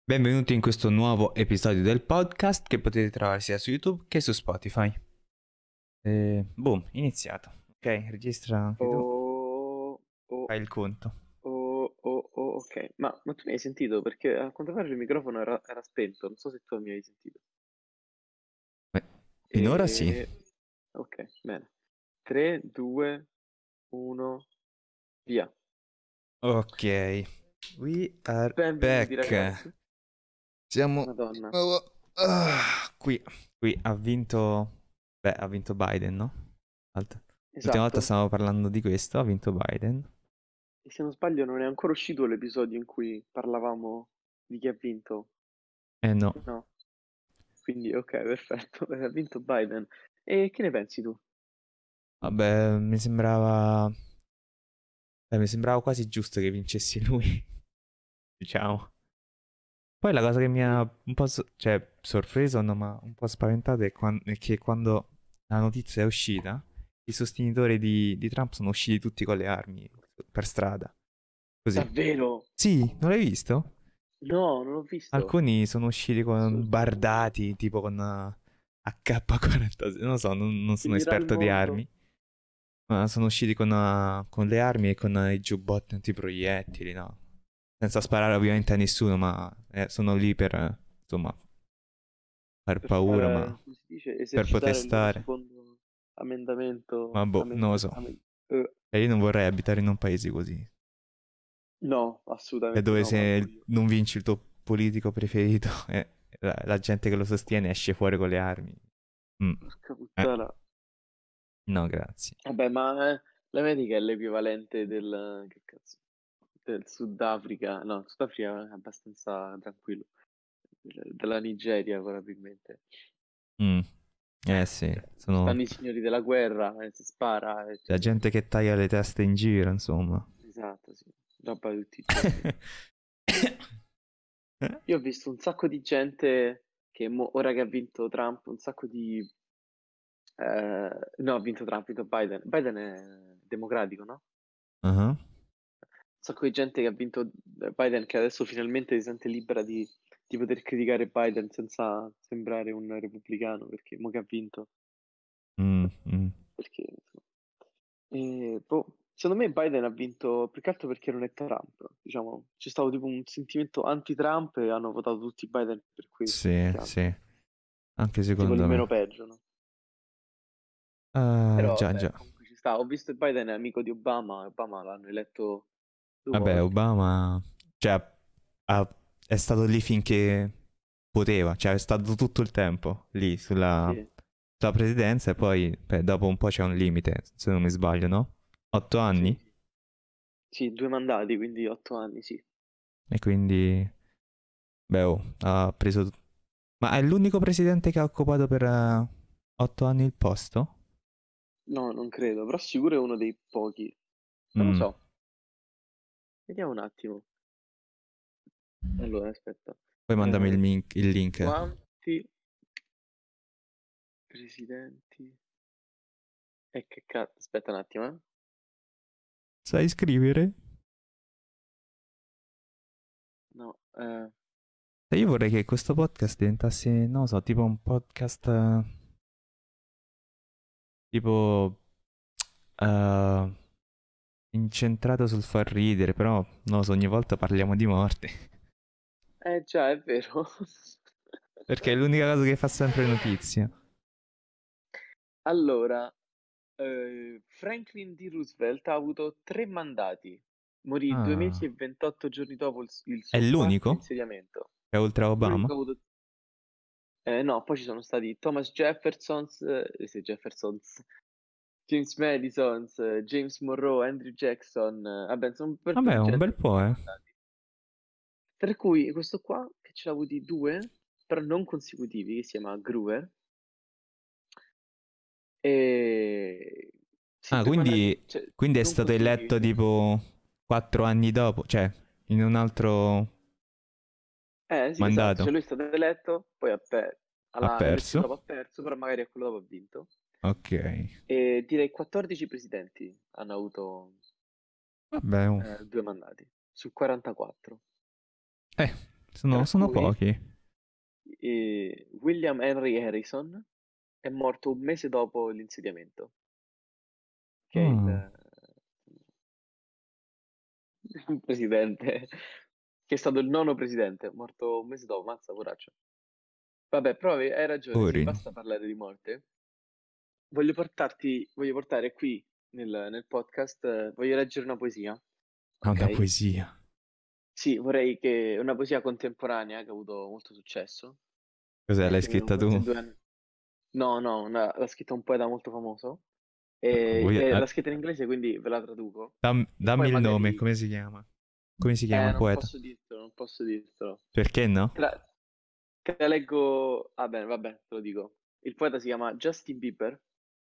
Benvenuti in questo nuovo episodio del podcast che potete trovare sia su YouTube che su Spotify. Boom, iniziato. Ok, registra anche tu, Oh, oh, fai il conto. ok. Ma tu mi hai sentito? Perché a quanto pare il microfono era spento, non so se tu mi hai sentito. Beh, finora sì. E... Ok, bene. 3, 2, 1, via. Ok, we are Benvenuti back. ragazzi. Siamo di Madonna. nuovo qui ha vinto, ha vinto Biden, no? L'ultima volta Esatto. stavamo parlando di questo, ha vinto Biden. E se non sbaglio non è ancora uscito l'episodio in cui parlavamo di chi ha vinto. Eh no, No. Quindi ok, perfetto. Ha vinto Biden. E che ne pensi tu? vabbè, mi sembrava quasi giusto che vincessi lui, diciamo. Poi la cosa che mi ha E... un po' sorpreso, no, ma un po' spaventato è che quando la notizia è uscita, i sostenitori di Trump sono usciti tutti con le armi per strada. Così. Davvero? Sì, non l'hai visto? No, non l'ho visto. Alcuni sono usciti con Assurdo. bardati, tipo con AK-46, non lo so, non sono Finirà il esperto di mondo. armi, ma sono usciti con le armi e con i giubbotti antiproiettili, no? Senza sparare ovviamente a nessuno, ma sono lì per, insomma, far Per paura, ma fare, come si dice, per esercitare il loro protestare. secondo ammendamento. Ma boh, non lo so. E io non vorrei abitare in un paese così. No, È assolutamente dove no, manco se io. non vinci il tuo politico preferito e la gente che lo sostiene esce fuori con le armi. Mm. Porca Eh, puttana. no, grazie. Vabbè, ma l'America è l'equivalente che cazzo, del Sudafrica. No, il Sudafrica è abbastanza tranquillo. Della Nigeria, probabilmente. Mm. Eh sì, Cioè, sono stanno i signori della guerra, si spara, la eccetera. gente che taglia le teste in giro, insomma. Esatto, sì. Roba di tutti i giorni. Io ho visto un sacco di gente che ora che ha vinto Trump, un sacco di... no, ha vinto Trump, ha vinto Biden. Biden è democratico, no? Uh-huh. Un sacco di gente che ha vinto Biden che adesso finalmente si sente libera di poter criticare Biden senza sembrare un repubblicano, perché mo che ha vinto. Mm, mm. Perché, insomma. Boh, secondo me Biden ha vinto più che altro perché non è Trump, diciamo. C'è stato tipo un sentimento anti-Trump e hanno votato tutti Biden per questo, più Sì, che altro. sì, anche Tipo il secondo meno me. peggio, no? Ah, Però già, vabbè, già. comunque ci sta. Ho visto che Biden è amico di Obama, e Obama l'hanno eletto due Vabbè, volte. Obama, cioè, è stato lì finché poteva, cioè è stato tutto il tempo lì Sì, sulla presidenza e poi beh, dopo un po' c'è un limite, se non mi sbaglio, no? 8 anni? sì, sì. Sì, 2 mandati, quindi 8 anni, sì. E quindi, beh, oh, ha preso... Ma è l'unico presidente che ha occupato per 8 anni il posto? No, non credo, però sicuro è uno dei pochi. Non lo Mm. so, vediamo un attimo. Allora, aspetta. Poi mandami Eh, il link. quanti presidenti... E che cazzo... Aspetta un attimo, eh. Sai scrivere? No, E io vorrei che questo podcast diventasse, non lo so, tipo un podcast tipo eh, incentrato sul far ridere, però non lo so, ogni volta parliamo di morte. già, è vero. Perché è l'unica cosa che fa sempre notizia. Allora, Franklin D. Roosevelt ha avuto 3 mandati. Morì due Ah, mesi e 28 giorni dopo il è suo quarto l'unico? insediamento. È oltre a L'unico Obama? che ha avuto... no, poi ci sono stati Thomas Jefferson, sì, Jeffersons, James Madison, James Monroe, Andrew Jackson, vabbè, sono un bel po' Vabbè, di un bel gente che po', ha eh. mandati. Tra cui questo qua, che ce l'ha avuti due, però non consecutivi, che si chiama Groover. E... Sì, Ah, 2 mandati, quindi, cioè, quindi è non stato consecutivi. eletto tipo 4 anni dopo, cioè in un altro Sì, esatto, mandato. cioè lui è stato eletto, poi Ha alla elezione perso. dopo ha perso, però magari a quello dopo ha vinto. Ok. E direi 14 presidenti hanno avuto Vabbè, oh. 2 mandati su 44. Eh, Sono, Tra sono cui pochi. William Henry Harrison è morto un mese dopo l'insediamento, che è Ah, il presidente, che è stato il nono presidente, è morto un mese dopo, mazza poraccio. Vabbè, però hai ragione, sì, poverino. basta parlare di morte. Voglio portare qui nel podcast, voglio leggere una poesia, Ha una ok? poesia. Sì, vorrei che una poesia contemporanea che ha avuto molto successo, Cos'è? L'hai più o meno scritta forse tu? 2 anni. No, no, l'ha scritta un poeta molto famoso, Ah, l'ha scritta in inglese, quindi ve la traduco. E dammi poi il nome, magari. come si chiama? Come si chiama il Non poeta? posso dirtelo, non posso dirtelo. Perché no? Te la, te la leggo. Ah, bene, vabbè, te lo dico. Il poeta si chiama Justin Bieber.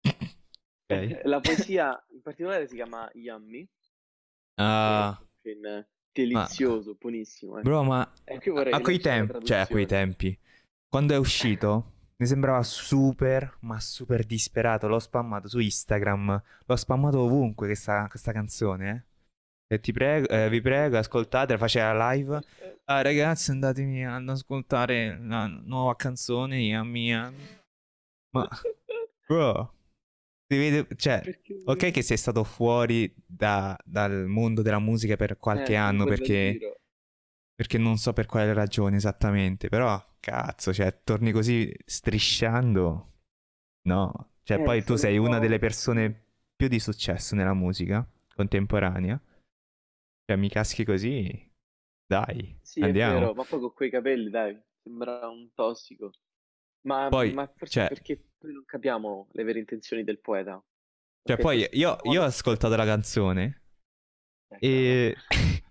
Ok. La poesia in particolare si chiama Yummy, che è Ah, proprio in ma delizioso, buonissimo, bro, ma E qui a vorrei quei leggere la tempi, cioè a quei traduzione. tempi, quando è uscito, mi sembrava super, ma super disperato. L'ho spammato su Instagram, l'ho spammato ovunque questa canzone. E ti prego, vi prego, ascoltatela, faceva la live. Ah, ragazzi, andatemi ad ascoltare la nuova canzone, mia. Ma, bro, si vede, cioè, Perché? ok che sei stato fuori dal mondo della musica per qualche Sei un anno po' da perché, giro. perché non so per quale ragione esattamente, però, cazzo, cioè, torni così strisciando. No, cioè, poi tu Sono un sei una delle po'. persone più di successo nella musica contemporanea. Cioè, mi caschi così? Dai, Sì, è andiamo. vero, ma poi con quei capelli, dai, sembra un tossico. Ma, Poi, ma forse cioè, perché noi non capiamo le vere intenzioni del poeta. cioè, Ok, poi forse io ho facciamo. ascoltato la canzone Vabbè. e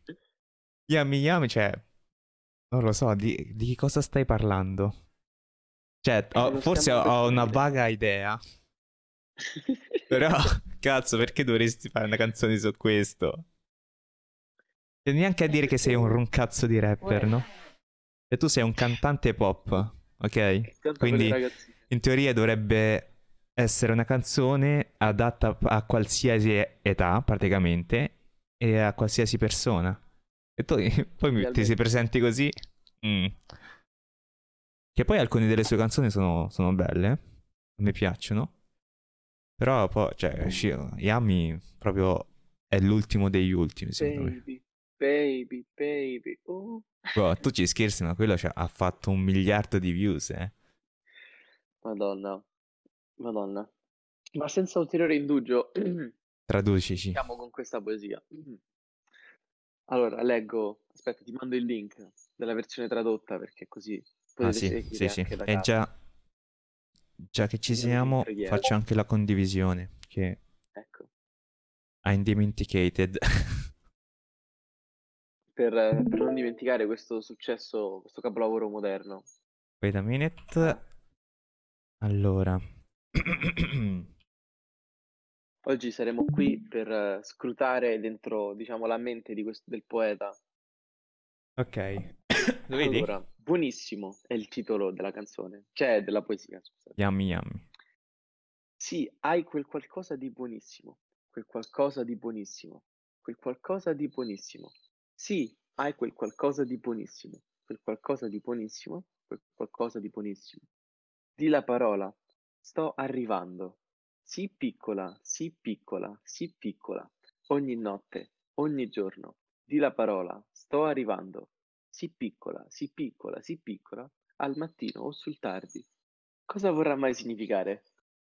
Yami Yami, cioè, non lo so, di che cosa stai parlando? Cioè, Non forse stiamo ho, per ho una capire. vaga idea, però, cazzo, perché dovresti fare una canzone su questo? E neanche a dire che sei un Perché. roncazzo di rapper, Uè, no? E tu sei un cantante pop, ok? che canta per le Quindi, ragazzine. in teoria dovrebbe essere una canzone adatta a qualsiasi età, praticamente, e a qualsiasi persona. E tu poi ti si Idealmente sì. presenti così. Mm. Che poi alcune delle sue canzoni sono belle, a me piacciono. Però poi, cioè, Yami proprio è l'ultimo degli ultimi, secondo me. Baby, baby, baby. Bro, tu ci scherzi, ma quello ha fatto 1 miliardo di views, eh. Madonna, Madonna. Ma senza ulteriore indugio, Traducici. iniziamo con questa poesia. Allora, leggo, aspetta, ti mando il link della versione tradotta perché così Ah potete sì, sì, seguire sì. anche da E casa. già che ci Vediamo di siamo, preghiera. faccio anche la condivisione, che Ecco, ha indimenticated. per non dimenticare questo successo, questo capolavoro moderno. Wait a minute. Ah, Allora. oggi saremo qui per scrutare dentro, diciamo, la mente del poeta. Ok. Lo vedi? Allora, buonissimo è il titolo della canzone, cioè della poesia, scusate. Yummy yummy. Sì, hai quel qualcosa di buonissimo, quel qualcosa di buonissimo, quel qualcosa di buonissimo. Sì, hai quel qualcosa di buonissimo, quel qualcosa di buonissimo, quel qualcosa di buonissimo. Di la parola, sto arrivando. Sii piccola, sii piccola, sii piccola. Ogni notte, ogni giorno. Di la parola, sto arrivando. Sii piccola, sii piccola, sii piccola. Al mattino o sul tardi. Cosa vorrà mai significare?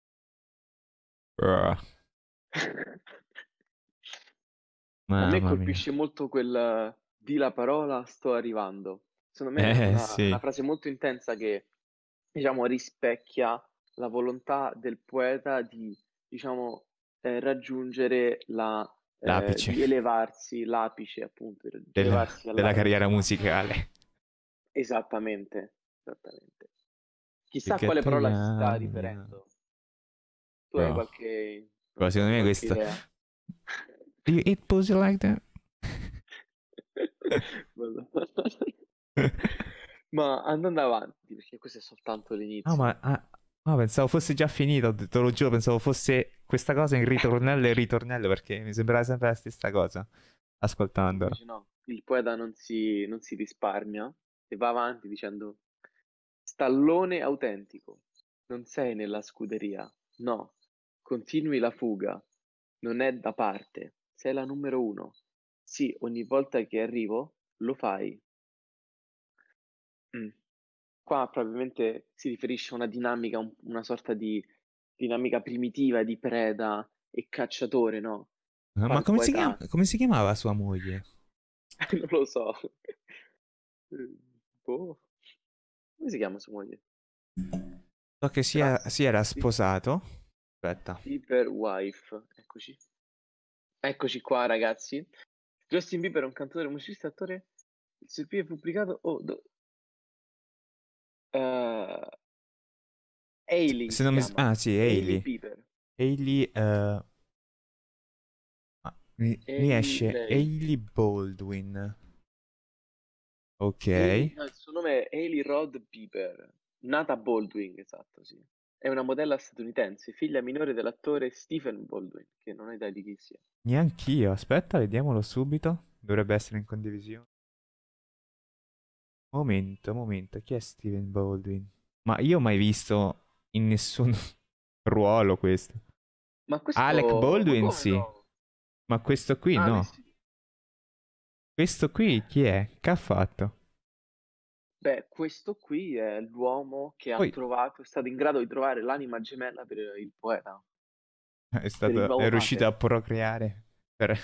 Bruh, A me mamma mia. colpisce molto quel di la parola sto arrivando. Secondo me è una Sì. frase molto intensa che, diciamo, rispecchia la volontà del poeta di, diciamo, raggiungere L'apice di elevarsi, l'apice appunto, di della, elevarsi della all'apice. carriera musicale. Esattamente, esattamente. Chissà a Perché quale te parola si sta llami. riferendo. Tu hai Bro. qualche, non Bro, lo so, secondo me qualche questo. idea? Do you eat pussy like that? Madonna. Ma andando avanti, perché questo è soltanto Ah, l'inizio. pensavo fosse già finito, te lo giuro, pensavo fosse questa cosa in ritornello e ritornello perché mi sembrava sempre la stessa cosa, ascoltandolo. Invece no, il poeta non si risparmia e va avanti dicendo: Stallone autentico, non sei nella scuderia, no, continui la fuga, non è da parte, sei la numero uno. Sì, ogni volta che arrivo lo fai. Mm. Qua probabilmente si riferisce a una dinamica, una sorta di dinamica primitiva di preda e cacciatore, no? Qua Ma il poeta, come si chiamava sua moglie? non lo so. Boh. Come si chiama sua moglie? So che Trust si era sposato. Aspetta. Bieber Wife. Eccoci. Eccoci qua, ragazzi. Justin Bieber è un cantautore, musicista, attore. Il suo EP è pubblicato. Hailey Se si non mi... chiama. Ah, sì, Hailey Hailey. Bieber. Hailey... mi esce Hailey. Hailey Baldwin. Ok. No, il suo nome è Hailey Rod Bieber. Nata Baldwin, esatto, sì. È una modella statunitense, figlia minore dell'attore Stephen Baldwin, che non ho idea di chi sia. Neanch'io. Aspetta, vediamolo subito. Dovrebbe essere in condivisione. Momento, momento. Chi è Steven Baldwin? Ma io ho mai visto in nessun ruolo questo. Ma Alec questo... Ma Baldwin come sì. no? Ma questo qui Ah, no. Questo qui chi è? Che ha fatto? beh, questo qui è l'uomo che ha Poi trovato, è stato in grado di trovare l'anima gemella per il poeta, per il è nuovo riuscito a padre. procreare. Per...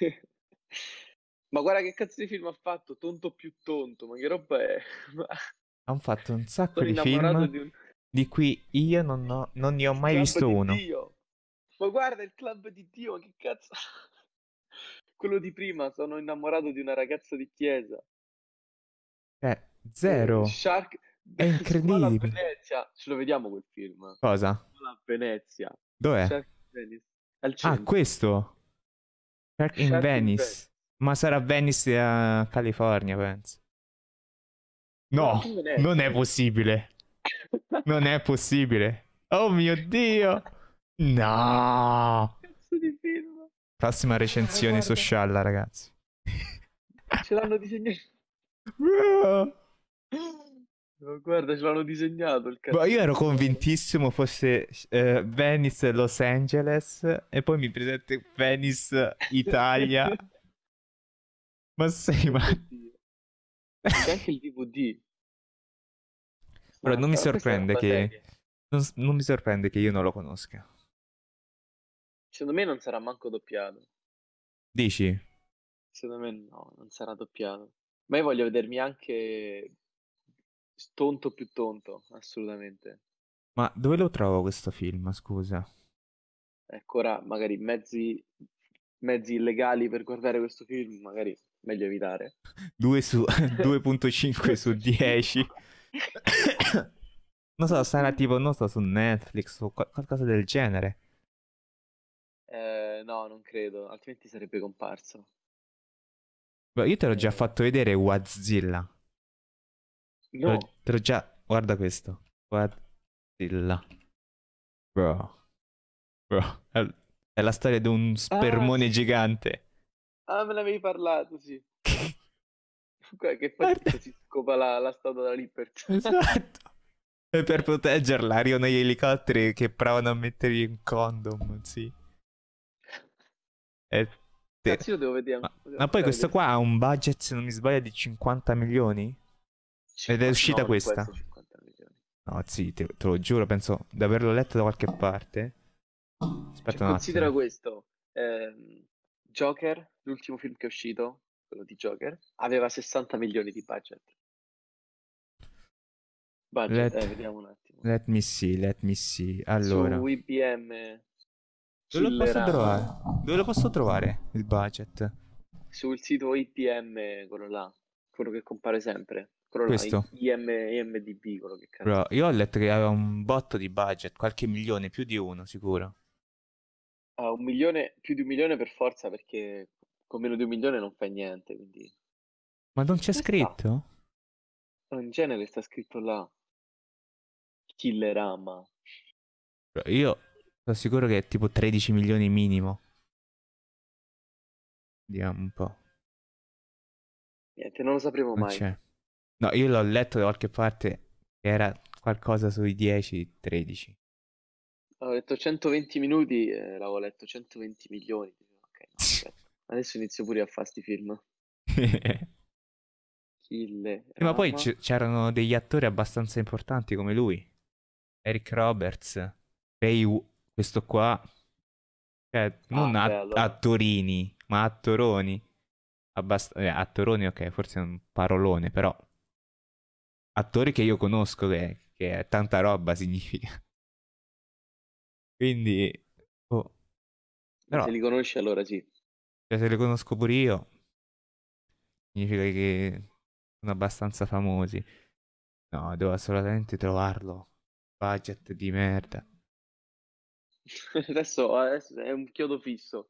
Ma guarda che cazzo di film ha fatto, Tonto più tonto, ma che roba è? Ma- Hanno fatto un sacco Sono di innamorato film di un di cui io non ne ho il mai club visto di uno. Dio. Ma guarda il club di Dio, ma che cazzo? Quello di prima, sono innamorato di una ragazza di chiesa. Zero. Shark, È Scuola a incredibile. Venezia, ce lo vediamo quel film. Cosa? Scuola a Venezia, Dov'è? Shark in Venice, al Ah, centro. questo. Shark in Shark in Venice. Venice. Ma sarà Venice a California, penso. No, No, su non è Venezia. possibile. Non è possibile. Oh mio Dio. No. Cazzo di film. Prossima Ma recensione su guarda, Scialla, ragazzi. ce l'hanno disegnato. Bro. Ma guarda, ce l'hanno disegnato il Boh, cazzo io di ero film. convintissimo fosse Venice Los Angeles e poi mi presente Venice Italia. Ma sei matto? Oddio. C'è anche il DVD. Però non mi Mazza, ma questa è sorprende roba che... seria. non mi sorprende che io non lo conosca. Secondo me non sarà manco doppiato. Dici? Secondo me no, non sarà doppiato. Ma io voglio vedermi anche tonto più tonto, assolutamente. Ma dove lo trovo questo film, scusa? Ecco, ora magari mezzi illegali per guardare questo film, magari meglio evitare. 2 su 2.5 2 su su 5. 10. Non so, sarà tipo, non so, su Netflix o qualcosa del genere. No, non credo, altrimenti sarebbe comparso. Beh, io te l'ho già Eh, fatto vedere Wadzilla. no, Te l'ho già... Guarda questo. Wadzilla. Bro. Bro. È la storia di un ah spermone sì, gigante. ah me ne avevi parlato, sì. Che poi Guarda. tipo si scopa la statua della Libertà. Esatto. E per proteggerla arrivano gli elicotteri che provano a mettergli un condom, sì. E Cazzo, io devo vedere, devo ma poi ancora questo vedere qua sto ha film. un budget, se non mi sbaglio, di 50 milioni? Ed è uscita No, non può questa? essere 50 milioni. No, sì, te lo giuro, penso di averlo letto da qualche parte. Cioè, Aspetta un considera attimo. questo. Joker, l'ultimo film che è uscito, quello di Joker, aveva 60 milioni di budget. Budget, Let, vediamo un attimo. let me see, let me see. Allora, Su IBM dove lo posso trovare? Killerama, Dove lo posso trovare il budget? sul sito IBM, quello là, quello che compare sempre, quello là, Questo? IMDb, quello che cazzo Bro, è. io ho letto che aveva un botto di budget, qualche milione, più di uno, sicuro. Ah, 1 milione, più di 1 milione per forza, perché con meno di 1 milione non fai niente, quindi... Ma non c'è Dove sta? scritto? In genere sta scritto là, Killerama. Bro, io sono sicuro che è tipo 13 milioni minimo. Vediamo un po'. Niente, non lo sapremo Non mai. c'è. No, io l'ho letto da qualche parte che era qualcosa sui 10-13. Avevo letto 120 minuti e l'avevo letto 120 milioni. Dicevo, ok, no, aspetta. Adesso inizio pure a fare sti film. Kille Ma poi Rama. c'erano degli attori abbastanza importanti come lui. Eric Roberts, questo qua, cioè Ah, non beh, allora. attorini, ma attoroni. Attoroni, ok, forse è un parolone, però attori che io conosco che è tanta roba significa. Quindi, oh, Se però, li conosci allora sì. cioè, se li conosco pure io, significa che sono abbastanza famosi. No, devo assolutamente trovarlo. Budget di merda. Adesso è un chiodo fisso.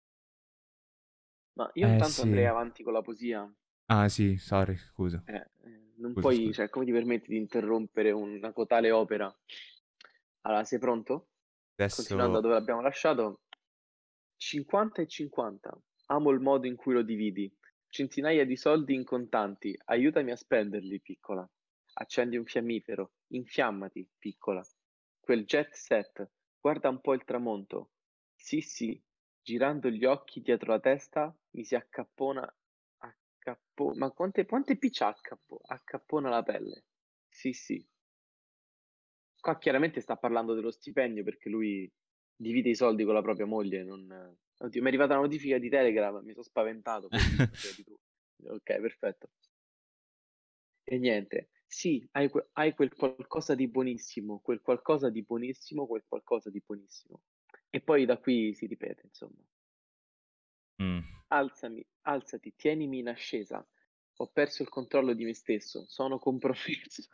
Ma io Eh intanto andrei sì. avanti con la poesia. Ah sì, sorry, scusa. Non Scusa, puoi, scusa. cioè, come ti permetti di interrompere una cotale opera? Allora, sei pronto? Continuando Adesso... da dove abbiamo lasciato, 50 e 50. Amo il modo in cui lo dividi. Centinaia di soldi in contanti. Aiutami a spenderli, piccola. Accendi un fiammifero. Infiammati, piccola. Quel jet set. Guarda un po' il tramonto. Sì, sì. Girando gli occhi dietro la testa, mi si accappona. Ma quante P c'ha accappona la pelle? Sì, sì. Qua chiaramente sta parlando dello stipendio perché lui divide i soldi con la propria moglie. Oddio, mi è arrivata una notifica di Telegram, mi sono spaventato, bellissimo, credi tu. Ok, perfetto. E niente, sì, hai quel qualcosa di buonissimo, quel qualcosa di buonissimo, quel qualcosa di buonissimo. E poi da qui si ripete, insomma. Mm. Alzami, alzati, tienimi in ascesa. Ho perso il controllo di me stesso, sono compromesso.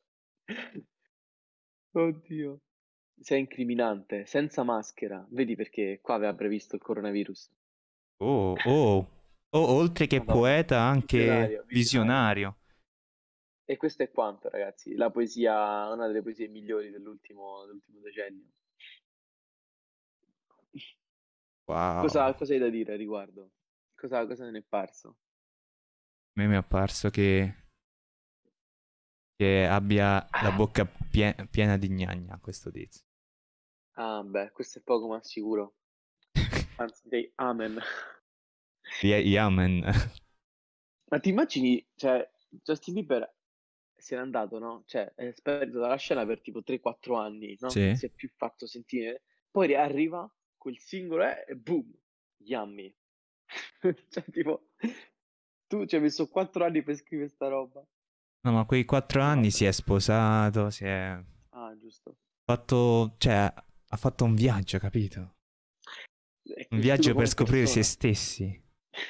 Oddio. Sei incriminante, senza maschera. Vedi perché qua aveva previsto il coronavirus. Oh, oh. Oh, oltre che Madonna, poeta, anche visionario, visionario. visionario. E questo è quanto, ragazzi. La poesia, una delle poesie migliori dell'ultimo decennio. Wow. Cosa hai da dire a riguardo? Cosa ne è parso? A me mi è apparso che abbia la Ah, bocca piena di gnagna, questo tizio. ah, beh, questo è poco ma sicuro. Anzi, direi amen. Yamen. Ma ti immagini, cioè, Justin Bieber se n'è andato, no? Cioè, è sparito dalla scena per tipo 3-4 anni, no? Non Sì. si è più fatto sentire. Poi arriva quel singolo e boom, Yummy. Cioè, tipo, tu ci hai messo 4 anni per scrivere sta roba. No, ma quei 4 anni Vabbè. si è sposato, si è Ah, giusto. fatto... Cioè, ha fatto un viaggio, capito? È Un cresciuto viaggio per come scoprire se persona. stessi.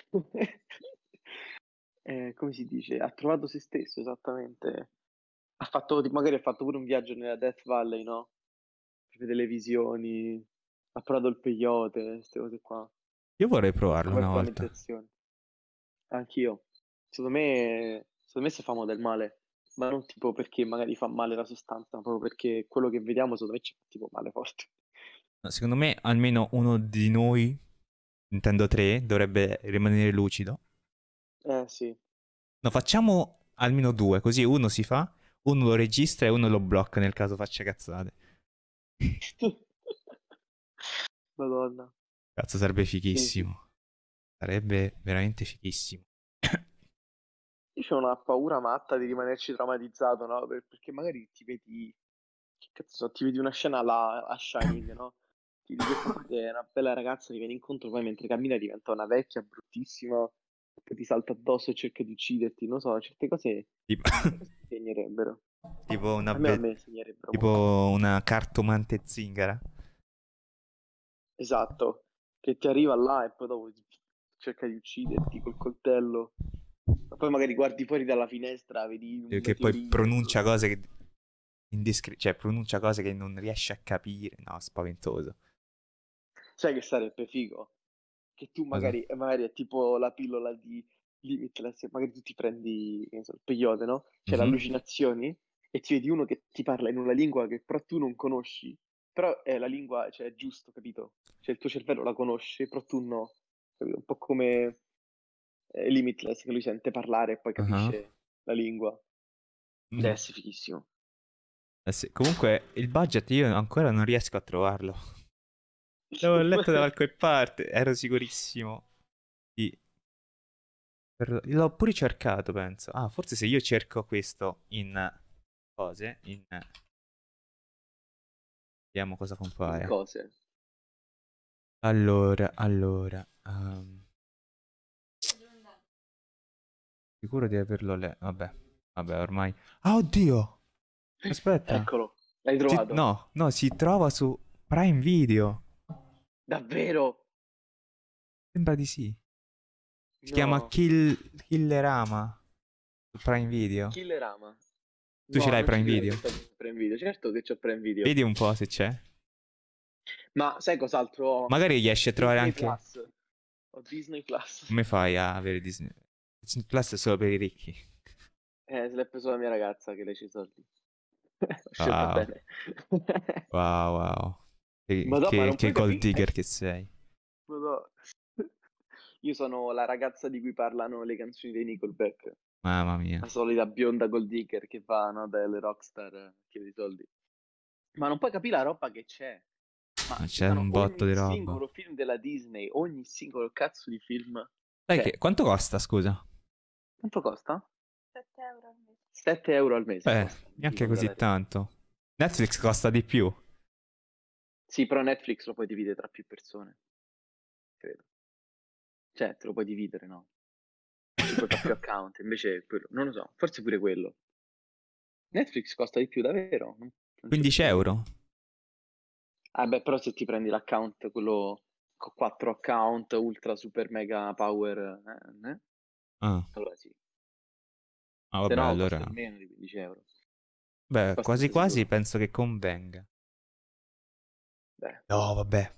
Come si dice? Ha trovato se stesso, esattamente. Magari ha fatto pure un viaggio nella Death Valley, no? Per vedere le visioni, ha provato il peyote, queste cose qua. Io vorrei Ha provarlo una scoperto la volta. meditazione. Anch'io. Secondo me si fa del male, ma non tipo perché magari fa male la sostanza, ma proprio perché quello che vediamo secondo me ci fa tipo male forte. No, secondo me almeno uno di noi, intendo tre, dovrebbe rimanere lucido. Sì. No, facciamo almeno due, così uno si fa, uno lo registra e uno lo blocca nel caso faccia cazzate. Madonna. Cazzo, sarebbe Sì, sì. fighissimo. Sarebbe veramente fighissimo. Io c'ho una paura matta di rimanerci traumatizzato, no? Perché magari ti vedi, che cazzo so, ti vedi una scena là a Shining, no? Ti vedi questa qua che è una bella ragazza, ti viene incontro, poi mentre cammina diventa una vecchia bruttissima, che ti salta addosso e cerca di ucciderti, non so, Tipo, certe cose ti segnerebbero. tipo una, A me segnerebbero molto. tipo una cartomante zingara. Esatto, che ti arriva là e poi dopo cerca di ucciderti col coltello. Ma poi magari guardi fuori dalla finestra, vedi un Che poi meteorite. pronuncia cose che... cioè, pronuncia cose che non riesce a capire. No, spaventoso. Sai che sarebbe figo? Che tu Cosa? magari è tipo la pillola di Limitless, magari tu ti prendi, che ne so, il peyote, no? C'è le Mhm. allucinazioni e ti vedi uno che ti parla in una lingua che però tu non conosci, però è la lingua, cioè è giusto, capito? Cioè il tuo cervello la conosce, però tu no, capito? Un po' come Limitless, che lui sente parlare e poi Ah. capisce la lingua. Deve essere fighissimo. Sì. Comunque il budget io ancora non riesco a trovarlo. L'avevo letto da qualche parte, ero sicurissimo. Sì. L'ho pure cercato, penso. Ah, forse se io cerco questo in cose, vediamo cosa In compare. cose. Allora, sicuro di averlo letto. Vabbè, ormai. Ah, oddio! Aspetta. Eccolo, l'hai trovato. No, no, si trova su Prime Video. Davvero? Sembra di sì. Si chiama No. Killerama su Prime Video. Killerama. Tu ce No, l'hai non ci Prime credo Video? che sta su Prime Video. Certo che c'ho Prime Video. Vedi un po' se c'è. Ma sai cos'altro ho? Magari riesci a trovare Disney anche. Plus. Ho Disney Plus. Come fai a avere Disney? Disney Plus è solo per i ricchi. Se l'è preso la mia ragazza che lei c'ha i soldi. Ho scelto Wow, bene. wow. Ma non Che puoi gold capire. digger che sei. Madò. Io sono la ragazza di cui parlano le canzoni dei Nickelback. Mamma mia. La solita bionda gold digger che va, no, dalle rockstar chiede i soldi. Ma non puoi capire la roba che c'è. Ma Ma ci c'è stanno un botto ogni di roba. singolo film della Disney, ogni singolo cazzo di film Sai c'è. che. Quanto costa, scusa? Quanto costa? 7 euro al mese. 7 euro al mese costa. Mi Neanche dicono così dalla rete. tanto. Netflix costa di più. Sì, però Netflix lo puoi dividere tra più persone, credo. Cioè, te lo puoi dividere, no? Ci puoi fare più account, invece quello, non lo so, forse pure quello. Netflix costa di più, davvero? Non ci ho 15 visto niente. euro? Ah beh, però se ti prendi l'account, quello con 4 account, ultra super mega power, Ah, allora sì. Se vabbè, no costa allora. di meno di 15 euro. Beh, quasi Abbastanza quasi sicuro. penso che convenga. Beh. No, vabbè.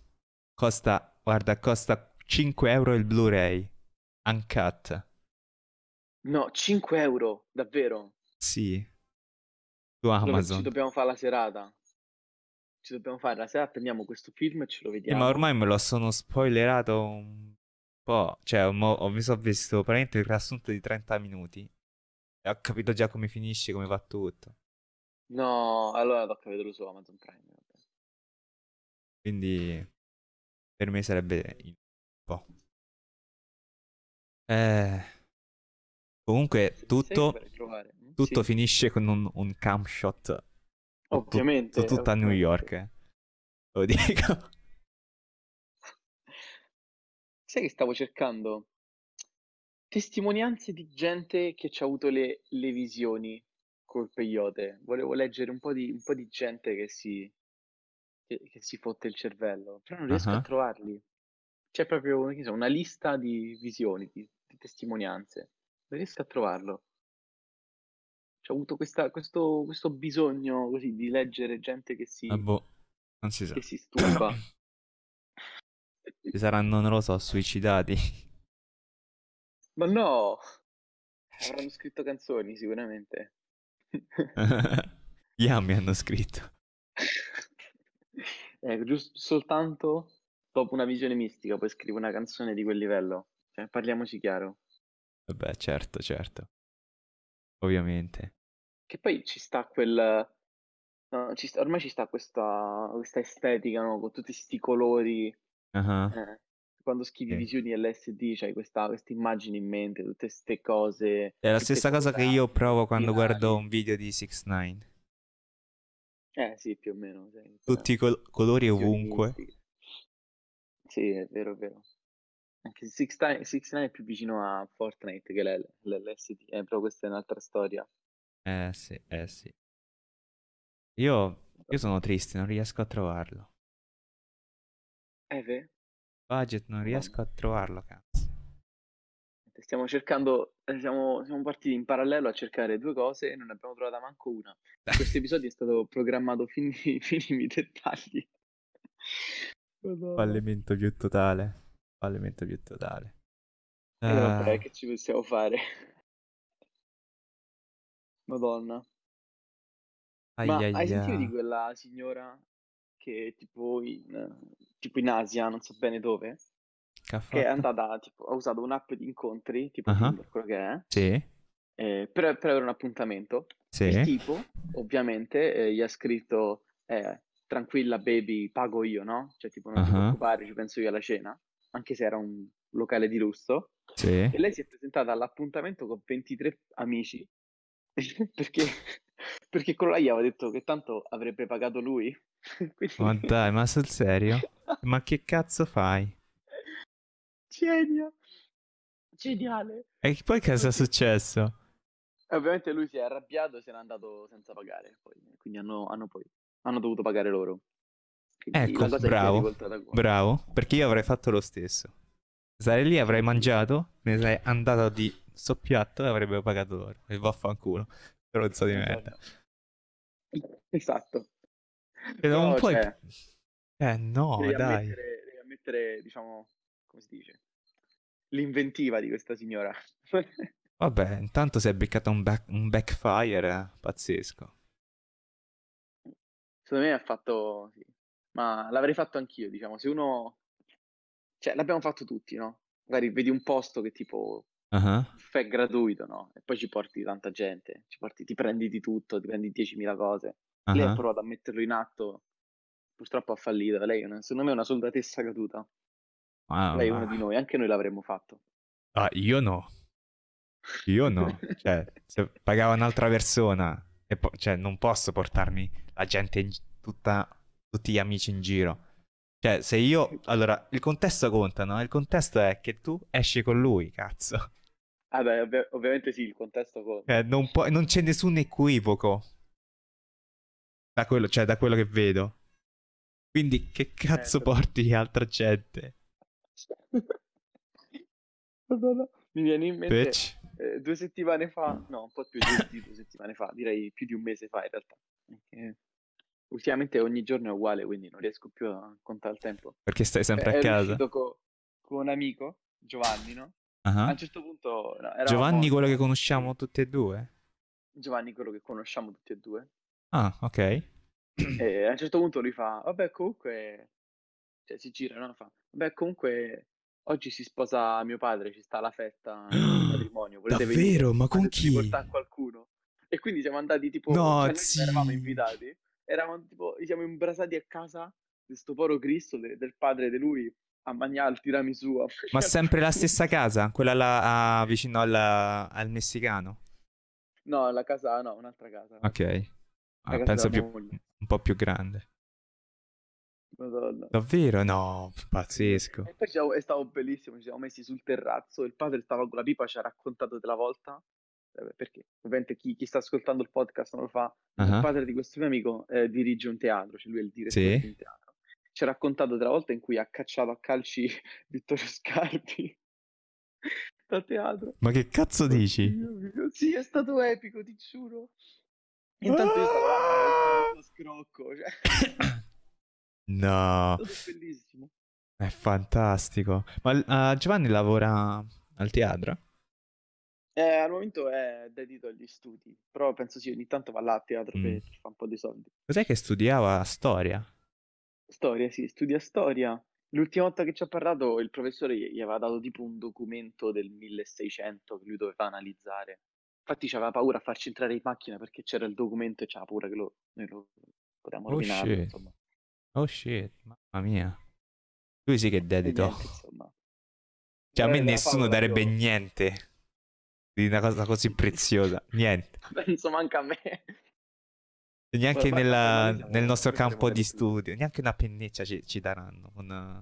Costa 5 euro il Blu-ray. Uncut. No, 5 euro, davvero. Sì, su Ci Amazon. dobbiamo fare la serata. Ci dobbiamo fare la serata, prendiamo questo film e ce lo Sì, ma vediamo. ormai me lo sono spoilerato un po'. Cioè, mi sono visto praticamente il riassunto di 30 minuti. E ho capito già come finisce, come va tutto. No, allora tocca vederlo su Amazon Prime. Vabbè. Quindi per me sarebbe un po'. Eh, comunque Se tutto, vorrei provare. tutto Sì, finisce con un cam shot su ovviamente, tutta New York. ovviamente. Lo dico. Sai che stavo cercando testimonianze di gente che ci ha avuto le visioni col peyote. Volevo leggere un po' di gente che si fotte il cervello, però non riesco a Ah, trovarli. C'è proprio, che so, una lista di visioni, di testimonianze. Non riesco a trovarlo. C'ho avuto questo bisogno così di leggere gente boh, non si sa. che si stufa. Ci saranno, non lo so, suicidati. Ma no! Avranno scritto canzoni sicuramente. Gli ami hanno scritto. Giusto soltanto dopo una visione mistica puoi scrivere una canzone di quel livello. Cioè, parliamoci chiaro. Vabbè, certo, certo. Ovviamente. Che poi ci sta quel... no, ormai ci sta questa estetica, no? Con tutti questi colori. Ah, Quando scrivi sì. visioni LSD c'hai questa immagine in mente, tutte queste cose, È la tutte stessa cosa che io colorate, provo quando guardo spirali. un video di 6ix9ine. Sì, più o meno, sì, Tutti i colori visioni ovunque. mistiche. Sì, è vero, è vero. Anche se 6ix9ine è più vicino a Fortnite che l'LSD, però questa è un'altra storia. Sì, eh sì. Io sono triste, non riesco a trovarlo. Ve? Budget non Madonna. riesco a trovarlo, cazzo. Stiamo cercando, siamo partiti in parallelo a cercare due cose e non ne abbiamo trovata manco una. Questo episodio è stato programmato fin nei minimi dettagli. Madonna. Fallimento più totale. Fallimento più totale. E vabbè, Ah, che ci possiamo fare? Madonna. ai Ma hai ai sentito di ai. quella signora che tipo in Asia, non so bene dove, Che ha che è fatto? andata, tipo, ha usato un'app di incontri, tipo Ah, Tinder, quello che è, sì. per avere un appuntamento. Il Sì. tipo, ovviamente, gli ha scritto, tranquilla baby, pago io, no? Cioè, tipo, non ti Ah, preoccupare, ci penso io alla cena, anche se era un locale di lusso. sì. E lei si è presentata all'appuntamento con 23 amici, perché, perché quello là gli aveva detto che tanto avrebbe pagato lui. Ma Quindi... dai, ma sul serio? Ma che cazzo fai? Genia! Geniale! E poi cosa è Così. successo? E ovviamente lui si è arrabbiato e se n'è andato senza pagare. Poi, quindi hanno dovuto pagare loro. Quindi Ecco, la cosa gli si è bravo, rivoltata contro. bravo, perché io avrei fatto lo stesso. Sarei lì, avrei Gentile. mangiato, me ne sarei andato di soppiatto e avrebbero pagato loro. E vaffanculo, stronzo di merda. Esatto. Esatto. E non Però, puoi... cioè, no, dai. devi ammettere, diciamo, come si dice, l'inventiva di questa signora. Vabbè, intanto si è beccato un backfire pazzesco. Secondo me ha fatto, sì. Ma l'avrei fatto anch'io, diciamo, se uno... Cioè, l'abbiamo fatto tutti, no? Magari vedi un posto che tipo Ah, buffet gratuito, no? E poi ci porti tanta gente, ti prendi di tutto, ti prendi 10.000 cose. Lei ha ah. provato a metterlo in atto, purtroppo ha fallito. Lei, secondo me, è una soldatessa caduta. Lei è uno di Ah, noi, anche noi l'avremmo fatto. io no. Io no. Cioè, se pagava un'altra persona, cioè, non posso portarmi la gente, tutti gli amici in giro. Cioè, se io... Allora, il contesto conta, no? Il contesto è che tu esci con lui, cazzo. Vabbè, ovviamente sì, il contesto conta. Non c'è nessun equivoco da quello che vedo. Quindi che cazzo Però... porti altra gente? Madonna. Mi viene in mente Bitch. 2 settimane fa, no, un po' più di 2 settimane fa, direi più di un mese fa in realtà. Perché ultimamente ogni giorno è uguale, quindi non riesco più a contare il tempo. Perché stai sempre a Ero casa? uscito con un amico, Giovanni, no? A un Ah. certo punto no, eravamo, Giovanni, quello che diciamo, conosciamo tutti e due? Giovanni, quello che conosciamo tutti e due. Ah, ok. E a un certo punto lui fa, vabbè, comunque, cioè si gira, no? Fa, vabbè, comunque, oggi si sposa mio padre, ci sta la festa del matrimonio, volete venire? Davvero? Ma Mi ha con detto di chi? portare qualcuno. E quindi siamo andati tipo, No, cioè noi non eravamo zi. invitati, eravamo tipo, ci siamo imbrasati a casa di questo povero Cristo, del padre di lui, a mangiare il tiramisù, a Ma mangiare sempre la tutto. stessa casa? Quella là vicino al messicano? No, la casa, no, un'altra casa, Ok. la Ah, casa della penso moglie. un po' più grande. Madonna. Davvero? No, Sì. pazzesco. E poi è stato bellissimo, ci siamo messi sul terrazzo, il padre stava con la pipa, ci ha raccontato della volta, perché ovviamente chi sta ascoltando il podcast non lo fa, il Ah, padre di questo mio amico dirige un teatro, cioè lui è il direttore sì? di un teatro. Ci ha raccontato della volta in cui ha cacciato a calci Vittorio Scarpi da teatro. Ma che cazzo dici? Oddio mio. Sì, è stato epico, ti giuro. Intanto io stavo là, Ah! a scrocco, cioè, è No, stato bellissimo. è fantastico. Ma Giovanni lavora al teatro? Al momento è dedito agli studi, però penso sì, ogni tanto va là a teatro Mm. per fare un po' di soldi. Cos'è che studiava? Storia? Storia, sì, studia storia. L'ultima volta che ci ha parlato, il professore gli aveva dato tipo un documento del 1600 che lui doveva analizzare. Infatti c'aveva paura a farci entrare in macchina perché c'era il documento e c'aveva paura che noi lo potevamo Oh rovinarlo, shit. insomma. Oh shit, mamma mia. Lui sì che è E dedito. niente, insomma. Cioè, a me Da nessuno Paola darebbe io niente di una cosa così preziosa. Niente. penso manca a me. Neanche Ma poi noi nel nostro noi faremo campo di delle cose. studio. Neanche una penniccia ci daranno.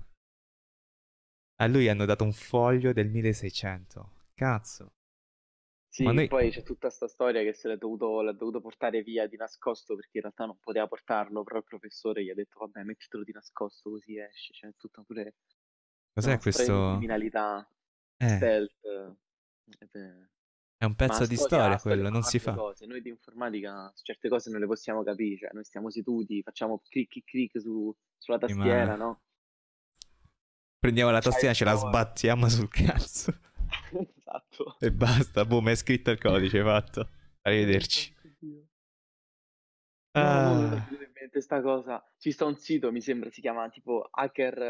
A lui hanno dato un foglio del 1600. Cazzo. Ma Sì, noi... poi c'è tutta sta storia che l'ha dovuto portare via di nascosto perché in realtà non poteva portarlo, però il professore gli ha detto vabbè mettitelo di nascosto così esce, c'è tutta pure Cos'è una storia di questo? criminalità Eh, stealth. Eh, è un Ma pezzo di a storia storia quello, fanno non si altre fa. cose, noi di informatica certe cose non le possiamo capire, cioè noi stiamo seduti, facciamo clic clic clic sulla Sì, ma tastiera, no? prendiamo la C'hai tastiera, il ce la core. sbattiamo sul cazzo. Esatto. E basta, boom, è scritto il codice, fatto. Arrivederci. Santo Dio. No, mo mi è Ah, venuta in mente sta cosa. Ci sta un sito, mi sembra, si chiama tipo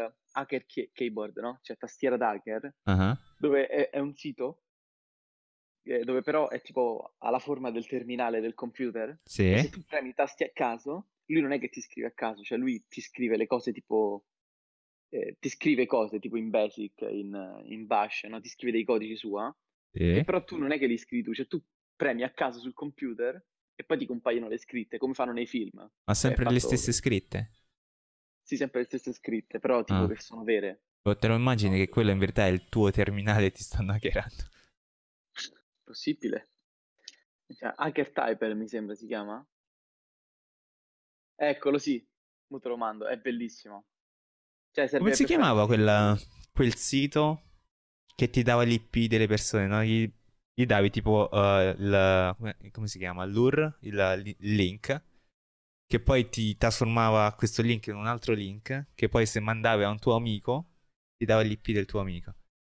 Hacker Keyboard, no? Cioè tastiera da hacker, ah, dove è un sito dove però è tipo ha la forma del terminale del computer, e Sì, se tu premi i tasti a caso, lui non è che ti scrive a caso, cioè lui ti scrive le cose tipo, ti scrive cose tipo in Basic, in Bash, no? Ti scrive dei codici sua, e sì. però tu non è che li scrivi tu, cioè tu premi a caso sul computer e poi ti compaiono le scritte, come fanno nei film. Ma Cioè è sempre le fatto, stesse scritte? sì, sempre le stesse scritte, però tipo Ah. che sono vere. O te lo immagini No, che quello in verità è il tuo terminale e ti stanno hackerando? possibile. Cioè, Hacker Typer mi sembra si chiama. Eccolo, sì, mo te lo mando, è bellissimo. Cioè, Come serve si per fare chiamava questi trucchi. quel sito che ti dava l'IP delle persone, no? Gli davi tipo come si chiama? L'UR, il link, che poi ti trasformava questo link in un altro link, che poi se mandavi a un tuo amico, ti dava l'IP del tuo amico.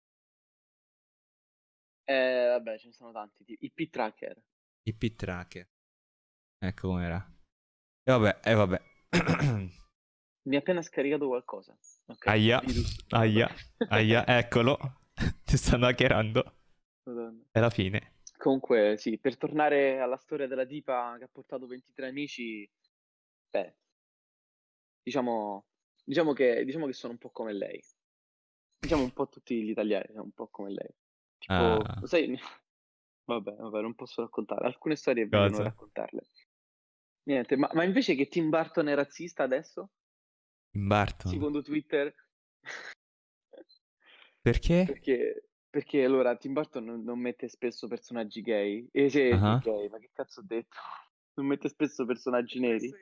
Vabbè, ce ne sono tanti. IP Tracker. IP tracker. Ecco com'era. E vabbè. Mi ha appena scaricato qualcosa. Ok, Aia, virus. Vabbè. aia, aia, eccolo. Ti stanno hackerando. Madonna. È la fine. Comunque, sì, per tornare alla storia della tipa che ha portato 23 amici, beh, diciamo, diciamo che sono un po' come lei. Diciamo un po' tutti gli italiani sono un po' come lei. Tipo, Ah, lo sai, vabbè, non posso raccontare. Alcune storie è meglio non cosa? raccontarle. Niente, ma invece che Tim Burton è razzista adesso? In Barton. Secondo Twitter? Perché? Perché allora Tim Burton non mette spesso personaggi gay. Ah. Gay, ma che cazzo ho detto? Non mette spesso personaggi neri.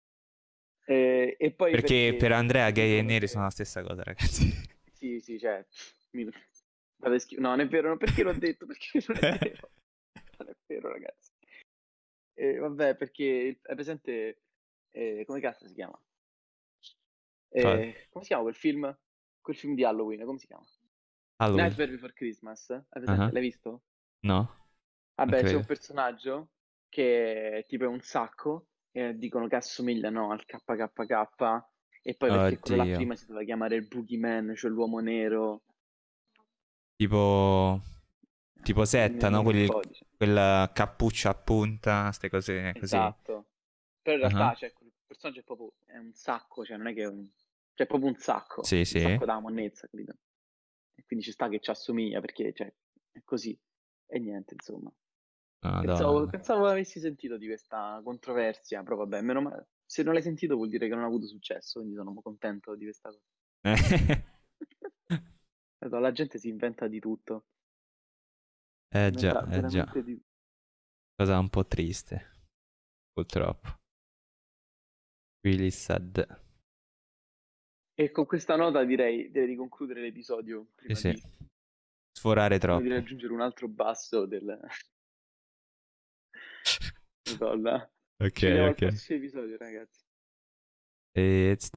E poi Perché per perché Andrea gay e dicono neri sono che... la stessa cosa, ragazzi. Sì, sì, cioè... mi- No, non è vero, perché l'ho detto? Perché non è vero. Non è vero, ragazzi. Vabbè, perché è presente... come cazzo si chiama? Cosa? Come si chiama quel film? Quel film di Halloween, come si chiama? Halloween. Nightmare Before Christmas, hai presente? Ah. L'hai visto? No? Non Vabbè, c'è un credo. personaggio che tipo è un sacco e dicono che assomigliano al KKK, e poi perché quello là Oddio. prima si doveva chiamare il Boogeyman, cioè l'uomo nero, Tipo... Tipo setta, no? nel codice. Quella cappuccia a punta, queste cose così. Esatto. Però in Ah. realtà cioè, quel personaggio è proprio è un sacco, cioè non è che è un... cioè è proprio Sì, un sì. sacco da monnezza, capito? E quindi ci sta che ci assomiglia perché cioè, è così. E niente, insomma. Pensavo, Madonna. pensavo avessi sentito di questa controversia, però vabbè, meno male. Se non l'hai sentito vuol dire che non ha avuto successo, quindi sono contento di questa cosa. La gente si inventa di tutto, si Già, inventa già. veramente di... Cosa un po' triste, purtroppo. Really sad. E con questa nota direi di concludere l'episodio Sì, sì. prima Sforare di troppo. raggiungere un altro basso del... Madonna. Ok, Ci vediamo al ok. prossimo episodio, ragazzi. It's